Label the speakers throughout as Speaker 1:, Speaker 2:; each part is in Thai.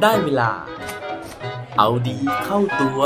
Speaker 1: ได้เวลาเอาดีเข้าตัว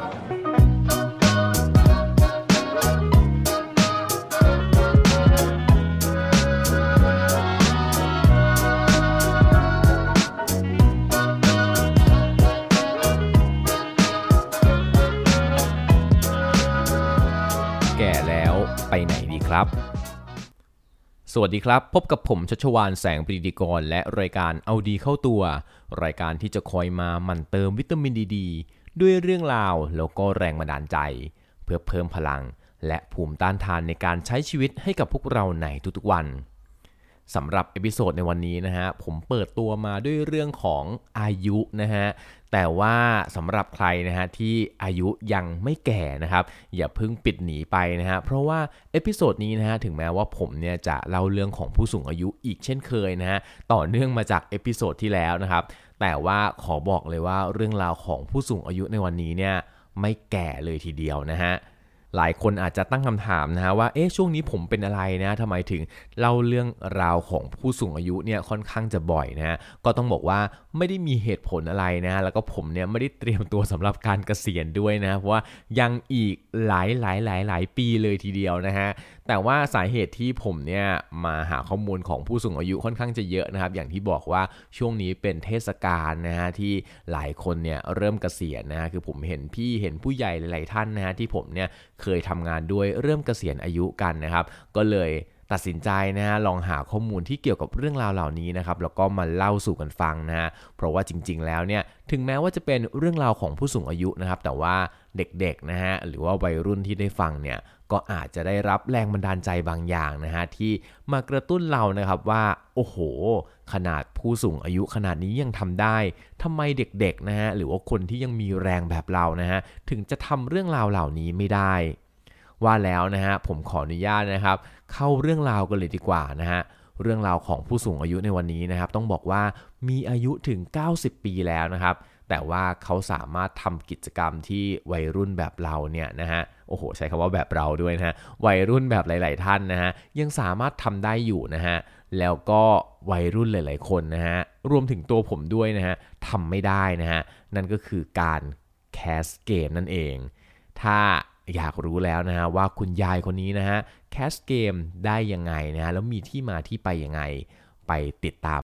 Speaker 2: แก่แล้วไปไหนดีครับสวัสดีครับพบกับผมชัชวาลแสงปรีดีกรและรายการเอาดีเข้าตัวรายการที่จะคอยมาหมั่นเติมวิตามินดีด้วยเรื่องราวแล้วก็แรงบันดาลใจเพื่อเพิ่มพลังและภูมิต้านทานในการใช้ชีวิตให้กับพวกเราในทุกๆวันสำหรับเอพิโซดในวันนี้นะฮะผมเปิดตัวมาด้วยเรื่องของอายุนะฮะแต่ว่าสำหรับใครนะฮะที่อายุยังไม่แก่นะครับอย่าเพิ่งปิดหนีไปนะฮะเพราะว่าเอพิโซดนี้นะฮะถึงแม้ว่าผมเนี่ยจะเล่าเรื่องของผู้สูงอายุอีกเช่นเคยนะฮะต่อเนื่องมาจากเอพิโซดที่แล้วนะครับแต่ว่าขอบอกเลยว่าเรื่องราวของผู้สูงอายุในวันนี้เนี่ยไม่แก่เลยทีเดียวนะฮะหลายคนอาจจะตั้งคำถามนะฮะว่าช่วงนี้ผมเป็นอะไรนะทำไมถึงเล่าเรื่องราวของผู้สูงอายุเนี่ยค่อนข้างจะบ่อยนะฮะก็ต้องบอกว่าไม่ได้มีเหตุผลอะไรนะแล้วก็ผมเนี่ยไม่ได้เตรียมตัวสำหรับการเกษียณด้วยนะเพราะว่ายังอีกหลายปีเลยทีเดียวนะฮะแต่ว่าสาเหตุที่ผมเนี่ยมาหาข้อมูลของผู้สูงอายุค่อนข้างจะเยอะนะครับอย่างที่บอกว่าช่วงนี้เป็นเทศกาลนะฮะที่หลายคนเนี่ยเริ่มเกษียณนะฮะคือผมเห็นผู้ใหญ่หลายๆท่านนะฮะที่ผมเนี่ยเคยทำงานด้วยเริ่มเกษียณอายุกันนะครับก็เลยตัดสินใจนะฮะลองหาข้อมูลที่เกี่ยวกับเรื่องราวเหล่านี้นะครับแล้วก็มาเล่าสู่กันฟังนะฮะเพราะว่าจริงๆแล้วเนี่ยถึงแม้ว่าจะเป็นเรื่องราวของผู้สูงอายุนะครับแต่ว่าเด็กๆนะฮะหรือว่าวัยรุ่นที่ได้ฟังเนี่ยก็อาจจะได้รับแรงบันดาลใจบางอย่างนะฮะที่มากระตุ้นเรานะครับว่าโอ้โหขนาดผู้สูงอายุขนาดนี้ยังทำได้ทำไมเด็กๆนะฮะหรือว่าคนที่ยังมีแรงแบบเรานะฮะถึงจะทำเรื่องราวเหล่านี้ไม่ได้ว่าแล้วนะฮะผมขออนุญาตนะครับเข้าเรื่องราวกันเลยดีกว่านะฮะเรื่องราวของผู้สูงอายุในวันนี้นะครับต้องบอกว่ามีอายุถึง90ปีแล้วนะครับแต่ว่าเขาสามารถทำกิจกรรมที่วัยรุ่นแบบเราเนี่ยนะฮะโอ้โหใช้คำว่าแบบเราด้วยนะฮะวัยรุ่นแบบหลายๆท่านนะฮะยังสามารถทำได้อยู่นะฮะแล้วก็วัยรุ่นหลายๆคนนะฮะรวมถึงตัวผมด้วยนะฮะทำไม่ได้นะฮะนั่นก็คือการแคสเกมนั่นเองถ้าอยากรู้แล้วนะฮะว่าคุณยายคนนี้นะฮะแคสเกมได้ยังไงนะฮะแล้วมีที่มาที่ไปยังไงไปติดตาม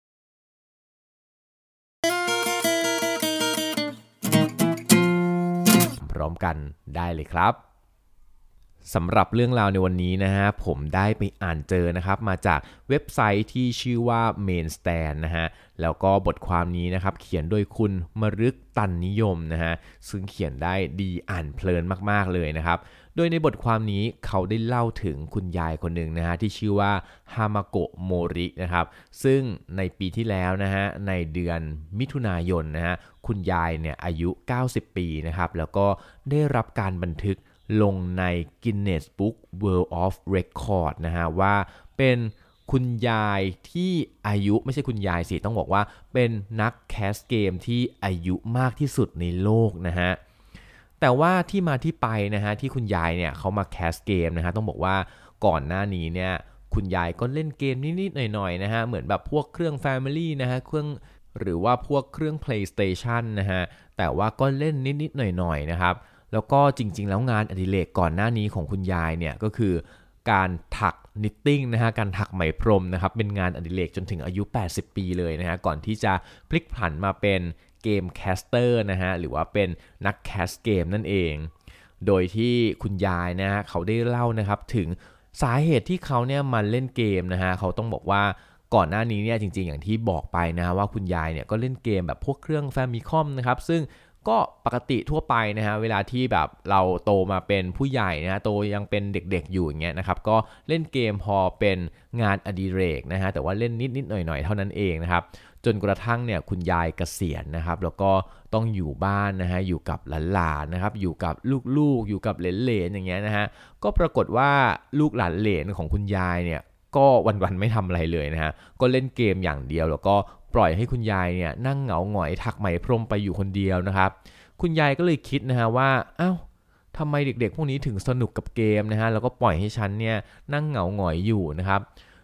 Speaker 2: พร้อมกันได้เลยครับสำหรับเรื่องราวในวันนี้นะฮะผมได้ไปอ่านเจอนะครับมาจากเว็บไซต์ที่ชื่อว่า Mainstand นะฮะแล้วก็บทความนี้นะครับเขียนโดยคุณมฤคตันนิยมนะฮะซึ่งเขียนได้ดีอ่านเพลินมากๆเลยนะครับโดยในบทความนี้เขาได้เล่าถึงคุณยายคนหนึ่งนะฮะที่ชื่อว่าฮามาโกะโมรินะครับซึ่งในปีที่แล้วนะฮะในเดือนมิถุนายนนะฮะคุณยายเนี่ยอายุ90ปีนะครับแล้วก็ได้รับการบันทึกลงใน Guinness Book World of Record นะฮะว่าเป็นคุณยายที่อายุไม่ใช่คุณยายสิต้องบอกว่าเป็นนักแคสเกมที่อายุมากที่สุดในโลกนะฮะแต่ว่าที่มาที่ไปนะฮะที่คุณยายเนี่ยเขามาแคสเกมนะฮะต้องบอกว่าก่อนหน้านี้เนี่ยคุณยายก็เล่นเกมนิดๆหน่อยๆนะฮะเหมือนแบบพวกเครื่อง Family นะฮะเครื่องหรือว่าพวกเครื่อง PlayStation นะฮะแต่ว่าก็เล่นนิดๆหน่อยๆนะครับแล้วก็จริงๆแล้วงานอดิเรกก่อนหน้านี้ของคุณยายเนี่ยก็คือการถักนิตติ้งนะฮะการถักไหมพรมนะครับเป็นงานอดิเรกจนถึงอายุ80ปีเลยนะฮะก่อนที่จะพลิกผันมาเป็นเกมแคสเตอร์นะฮะหรือว่าเป็นนักแคสเกมนั่นเองโดยที่คุณยายนะฮะเขาได้เล่านะครับถึงสาเหตุที่เขาเนี่ยมาเล่นเกมนะฮะเขาต้องบอกว่าก่อนหน้านี้เนี่ยจริงๆอย่างที่บอกไปนะว่าคุณยายเนี่ยก็เล่นเกมแบบพวกเครื่อง Famicom นะครับซึ่งก็ปกติทั่วไปนะฮะเวลาที่แบบเราโตมาเป็นผู้ใหญ่นะฮะโตยังเป็นเด็กๆอยู่อย่างเงี้ยนะครับก็เล่นเกมพอเป็นงานอดิเรกนะฮะแต่ว่าเล่นนิดๆหน่อยๆเท่านั้นเองนะครับจนกระทั่งเนี่ยคุณยายเกษียณนะครับแล้วก็ต้องอยู่บ้านนะฮะอยู่กับหลานๆนะครับอยู่กับลูกๆอยู่กับเหลนๆอย่างเงี้ยนะฮะก็ปรากฏว่าลูกหลานเหลนของคุณยายเนี่ยก็วันๆไม่ทำอะไรเลยนะฮะก็เล่นเกมอย่างเดียวแล้วก็ปล่อยให้คุณยายเนี่ยนั่งเหงาหงอยถักไหมพรมไปอยู่คนเดียวนะครับคุณยายก็เลยคิดนะฮะว่าอ้าวทำไมเด็กๆพวกนี้ถึงสนุกกับเกมนะฮะแล้วก็ปล่อยให้ฉันเนี่ยนั่งเหงาหงอยอยู่นะครับ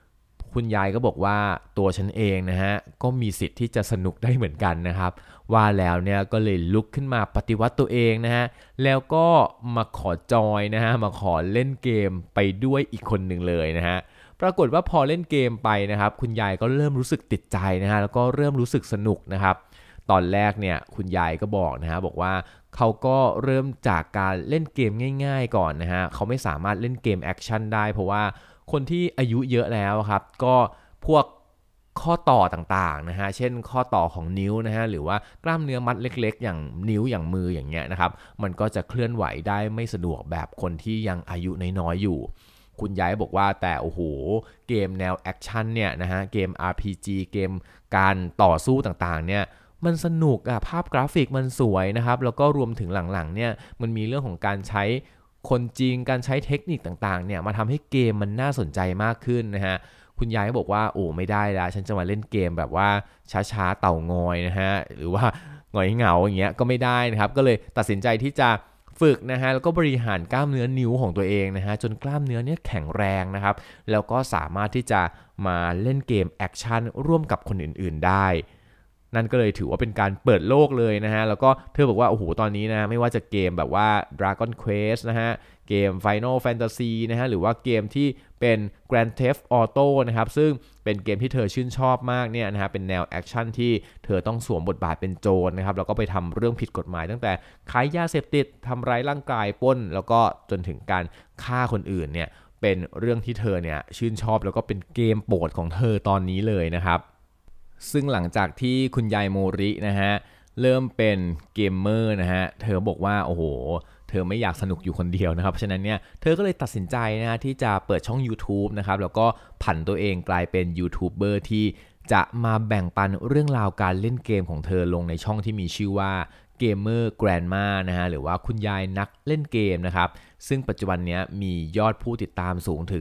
Speaker 2: คุณยายก็บอกว่าตัวฉันเองนะฮะก็มีสิทธิ์ที่จะสนุกได้เหมือนกันนะครับว่าแล้วเนี่ยก็เลยลุกขึ้นมาปฏิวัติตัวเองนะฮะแล้วก็มาขอจอยนะฮะมาขอเล่นเกมไปด้วยอีกคนหนึ่งเลยนะฮะปรากฏว่าพอเล่นเกมไปนะครับคุณยายก็เริ่มรู้สึกติดใจนะฮะแล้วก็เริ่มรู้สึกสนุกนะครับตอนแรกเนี่ยคุณยายก็บอกนะฮะบอกว่าเขาก็เริ่มจากการเล่นเกมง่ายๆก่อนนะฮะเขาไม่สามารถเล่นเกมแอคชั่นได้เพราะว่าคนที่อายุเยอะแล้วครับก็พวกข้อต่อต่างๆนะฮะเช่นข้อต่อของนิ้วนะฮะหรือว่ากล้ามเนื้อมัดเล็กๆอย่างนิ้วอย่างมืออย่างเงี้ยนะครับมันก็จะเคลื่อนไหวได้ไม่สะดวกแบบคนที่ยังอายุน้อยๆอยู่คุณยายบอกว่าแต่โอ้โหเกมแนวแอคชั่นเนี่ยนะฮะเกม RPG เกมการต่อสู้ต่างๆเนี่ยมันสนุกภาพกราฟิกมันสวยนะครับแล้วก็รวมถึงหลังๆเนี่ยมันมีเรื่องของการใช้คนจริงการใช้เทคนิคต่างๆเนี่ยมาทำให้เกมมันน่าสนใจมากขึ้นนะฮะคุณยายก็บอกว่าโอ้ไม่ได้ละฉันจะมาเล่นเกมแบบว่าช้าๆเต่างอยนะฮะหรือว่าหงอยเหงาอย่างเงี้ยก็ไม่ได้นะครับก็เลยตัดสินใจที่จะฝึกนะฮะแล้วก็บริหารกล้ามเนื้อนิ้วของตัวเองนะฮะจนกล้ามเนื้อเนี่ยแข็งแรงนะครับแล้วก็สามารถที่จะมาเล่นเกมแอคชั่นร่วมกับคนอื่นๆได้นั่นก็เลยถือว่าเป็นการเปิดโลกเลยนะฮะแล้วก็เธอบอกว่าโอ้โหตอนนี้นะไม่ว่าจะเกมแบบว่า Dragon Quest นะฮะเกม Final Fantasy นะฮะหรือว่าเกมที่เป็น Grand Theft Auto นะครับซึ่งเป็นเกมที่เธอชื่นชอบมากเนี่ยนะฮะเป็นแนวแอคชั่นที่เธอต้องสวมบทบาทเป็นโจรนะครับแล้วก็ไปทำเรื่องผิดกฎหมายตั้งแต่ขายยาเสพติดทำร้ายร่างกายปล้นแล้วก็จนถึงการฆ่าคนอื่นเนี่ยเป็นเรื่องที่เธอเนี่ยชื่นชอบแล้วก็เป็นเกมโปรดของเธอตอนนี้เลยนะครับซึ่งหลังจากที่คุณยายโมรินะฮะเริ่มเป็นเกมเมอร์นะฮะเธอบอกว่าโอ้โหเธอไม่อยากสนุกอยู่คนเดียวนะครับเพราะฉะนั้นเนี่ยเธอก็เลยตัดสินใจนะฮะที่จะเปิดช่อง YouTube นะครับแล้วก็ผันตัวเองกลายเป็นยูทูบเบอร์ที่จะมาแบ่งปันเรื่องราวการเล่นเกมของเธอลงในช่องที่มีชื่อว่าเกมเมอร์แกรนด์มานะฮะหรือว่าคุณยายนักเล่นเกมนะครับซึ่งปัจจุบันนี้มียอดผู้ติดตามสูงถึง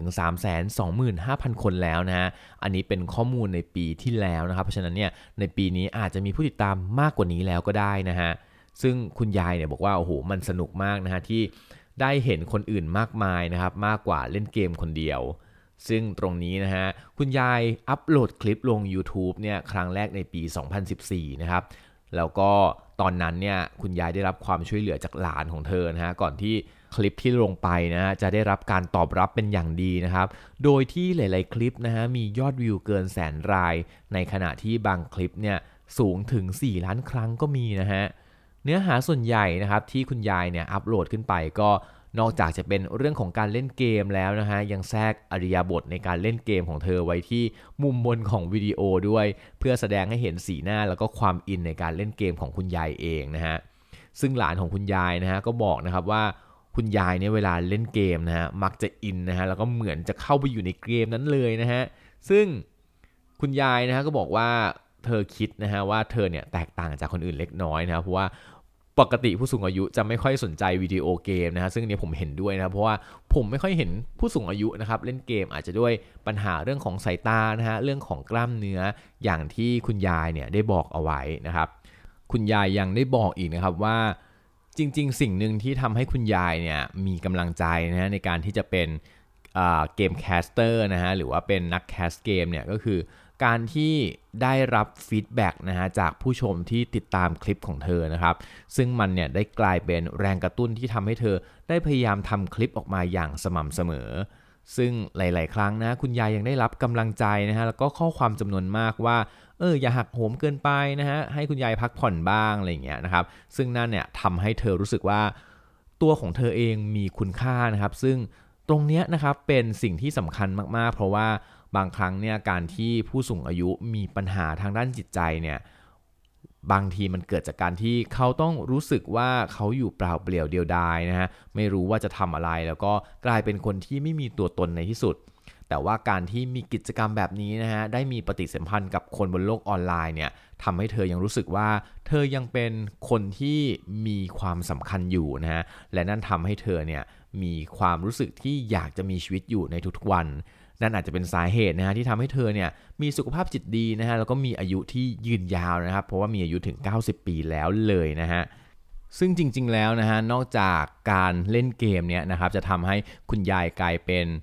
Speaker 2: 325,000 คนแล้วนะฮะอันนี้เป็นข้อมูลในปีที่แล้วนะครับเพราะฉะนั้นเนี่ยในปีนี้อาจจะมีผู้ติดตามมากกว่านี้แล้วก็ได้นะฮะซึ่งคุณยายเนี่ยบอกว่าโอ้โหมันสนุกมากนะฮะที่ได้เห็นคนอื่นมากมายนะครับมากกว่าเล่นเกมคนเดียวซึ่งตรงนี้นะฮะคุณยายอัปโหลดคลิปลง YouTube เนี่ยครั้งแรกในปี 2014 นะครับแล้วก็ตอนนั้นเนี่ยคุณยายได้รับความช่วยเหลือจากหลานของเธอนะฮะก่อนที่คลิปที่ลงไปนะจะได้รับการตอบรับเป็นอย่างดีนะครับโดยที่หลายๆคลิปนะฮะมียอดวิวเกินแสนรายในขณะที่บางคลิปเนี่ยสูงถึง4ล้านครั้งก็มีนะฮะเนื้อหาส่วนใหญ่นะครับที่คุณยายเนี่ยอัปโหลดขึ้นไปก็นอกจากจะเป็นเรื่องของการเล่นเกมแล้วนะฮะยังแทรกอริยบทในการเล่นเกมของเธอไว้ที่มุมบนของวิดีโอด้วยเพื่อแสดงให้เห็นสีหน้าแล้วก็ความอินในการเล่นเกมของคุณยายเองนะฮะซึ่งหลานของคุณยายนะฮะก็บอกนะครับว่าคุณยายเนี่ยเวลาเล่นเกมนะฮะมักจะอินนะฮะแล้วก็เหมือนจะเข้าไปอยู่ในเกมนั้นเลยนะฮะซึ่งคุณยายนะฮะก็บอกว่าเธอคิดนะฮะว่าเธอเนี่ยแตกต่างจากคนอื่นเล็กน้อยนะครับเพราะว่าปกติผู้สูงอายุจะไม่ค่อยสนใจวิดีโอเกมนะฮะซึ่งอันนี้ผมเห็นด้วยนะเพราะว่าผมไม่ค่อยเห็นผู้สูงอายุนะครับเล่นเกมอาจจะด้วยปัญหาเรื่องของสายตานะฮะเรื่องของกล้ามเนื้ออย่างที่คุณยายเนี่ยได้บอกเอาไว้นะครับคุณยายยังได้บอกอีกนะครับว่าจริงๆสิ่งหนึ่งที่ทำให้คุณยายเนี่ยมีกำลังใจนะฮะในการที่จะเป็นเกมแคสเตอร์นะฮะหรือว่าเป็นนักแคสเกมเนี่ยก็คือการที่ได้รับฟีดแบ็กนะฮะจากผู้ชมที่ติดตามคลิปของเธอนะครับซึ่งมันเนี่ยได้กลายเป็นแรงกระตุ้นที่ทำให้เธอได้พยายามทำคลิปออกมาอย่างสม่ำเสมอซึ่งหลายๆครั้งนะคุณยายยังได้รับกำลังใจนะฮะแล้วก็ข้อความจำนวนมากว่าอย่าหักโหมเกินไปนะฮะให้คุณยายพักผ่อนบ้างอะไรอย่างเงี้ยนะครับซึ่งนั่นเนี่ยทำให้เธอรู้สึกว่าตัวของเธอเองมีคุณค่านะครับซึ่งตรงเนี้ยนะครับเป็นสิ่งที่สำคัญมากๆเพราะว่าบางครั้งเนี่ยการที่ผู้สูงอายุมีปัญหาทางด้านจิตใจเนี่ยบางทีมันเกิดจากการที่เขาต้องรู้สึกว่าเขาอยู่เปล่าเปลี่ยวเดียวดายนะฮะไม่รู้ว่าจะทำอะไรแล้วก็กลายเป็นคนที่ไม่มีตัวตนในที่สุดแต่ว่าการที่มีกิจกรรมแบบนี้นะฮะได้มีปฏิสัมพันธ์กับคนบนโลกออนไลน์เนี่ยทำให้เธอยังรู้สึกว่าเธอยังเป็นคนที่มีความสำคัญอยู่นะฮะและนั่นทำให้เธอเนี่ยมีความรู้สึกที่อยากจะมีชีวิตอยู่ในทุกๆวันนั่นอาจจะเป็นสาเหตุนะฮะที่ทำให้เธอเนี่ยมีสุขภาพจิตดีนะฮะแล้วก็มีอายุที่ยืนยาวนะครับเพราะว่ามีอายุถึง90 ปีแล้วเลยนะฮะซึ่งจริงๆแล้วนะฮะนอกจากการเล่นเกมเนี่ยนะครับจะทำให้คุณยายกลายเป็น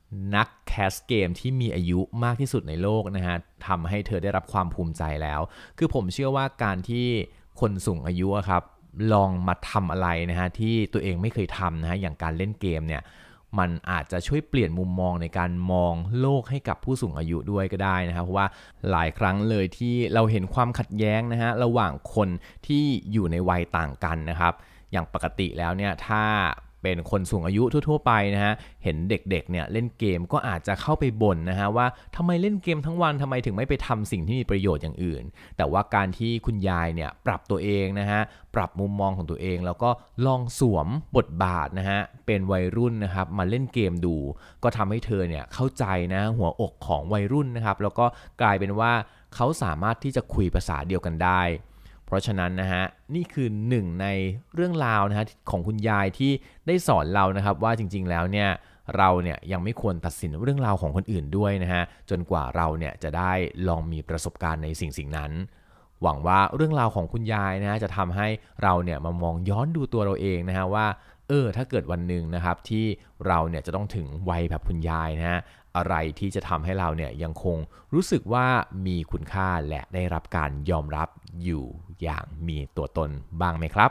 Speaker 2: นักแคสเกมที่มีอายุมากที่สุดในโลกนะฮะทำให้เธอได้รับความภูมิใจแล้วคือผมเชื่อว่าการที่คนสูงอายุครับลองมาทำอะไรนะฮะที่ตัวเองไม่เคยทำนะฮะอย่างการเล่นเกมเนี่ยมันอาจจะช่วยเปลี่ยนมุมมองในการมองโลกให้กับผู้สูงอายุด้วยก็ได้นะครับเพราะว่าหลายครั้งเลยที่เราเห็นความขัดแย้งนะฮะระหว่างคนที่อยู่ในวัยต่างกันนะครับอย่างปกติแล้วเนี่ยถ้าเป็นคนสูงอายุทั่วๆไปนะฮะเห็นเด็กๆเนี่ยเล่นเกมก็อาจจะเข้าไปบ่นนะฮะว่าทำไมเล่นเกมทั้งวันทำไมถึงไม่ไปทำสิ่งที่มีประโยชน์อย่างอื่นแต่ว่าการที่คุณยายเนี่ยปรับตัวเองนะฮะปรับมุมมองของตัวเองแล้วก็ลองสวมบทบาทนะฮะเป็นวัยรุ่นนะครับมาเล่นเกมดูก็ทำให้เธอเนี่ยเข้าใจนะหัวอกของวัยรุ่นนะครับแล้วก็กลายเป็นว่าเขาสามารถที่จะคุยภาษาเดียวกันได้เพราะฉะนั้นนะฮะนี่คือหนึ่งในเรื่องราวนะฮะของคุณยายที่ได้สอนเรานะครับว่าจริงๆแล้วเนี่ยเราเนี่ยยังไม่ควรตัดสินเรื่องราวของคนอื่นด้วยนะฮะจนกว่าเราเนี่ยจะได้ลองมีประสบการณ์ในสิ่งนั้นหวังว่าเรื่องราวของคุณยายนะฮะจะทำให้เราเนี่ยมามองย้อนดูตัวเราเองนะฮะว่าถ้าเกิดวันหนึ่งนะครับที่เราเนี่ยจะต้องถึงวัยแบบคุณยายนะฮะอะไรที่จะทำให้เราเนี่ยยังคงรู้สึกว่ามีคุณค่าและได้รับการยอมรับอยู่อย่างมีตัวตนบ้างไหมครับ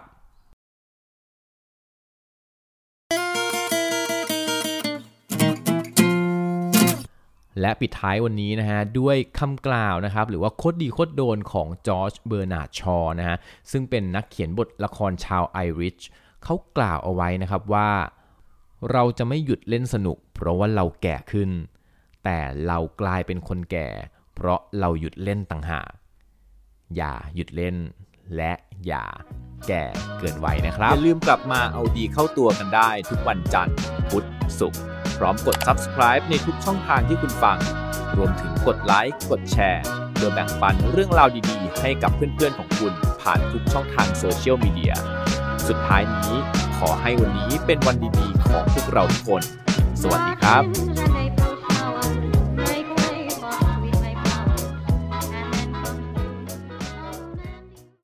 Speaker 2: และปิดท้ายวันนี้นะฮะด้วยคำกล่าวนะครับหรือว่าโคตรดีโคตรโดนของจอร์จเบอร์นาร์ดชอนะฮะซึ่งเป็นนักเขียนบทละครชาวไอริชเขากล่าวเอาไว้นะครับว่าเราจะไม่หยุดเล่นสนุกเพราะว่าเราแก่ขึ้นแต่เรากลายเป็นคนแก่เพราะเราหยุดเล่นต่างหากอย่าหยุดเล่นและอย่าแก่เกินวัยนะครับ
Speaker 1: อย่าลืมกลับมาเอาดีเข้าตัวกันได้ทุกวันจันทร์พุธศุกร์พร้อมกด Subscribe ในทุกช่องทางที่คุณฟังรวมถึงกดไลค์กดแชร์โดยแบ่งปันเรื่องราวดีๆให้กับเพื่อนๆของคุณผ่านทุกช่องทางโซเชียลมีเดียสุดท้ายนี้ขอให้วันนี้เป็นวันดีๆของพวกเราทุกคนสวัสดีครับ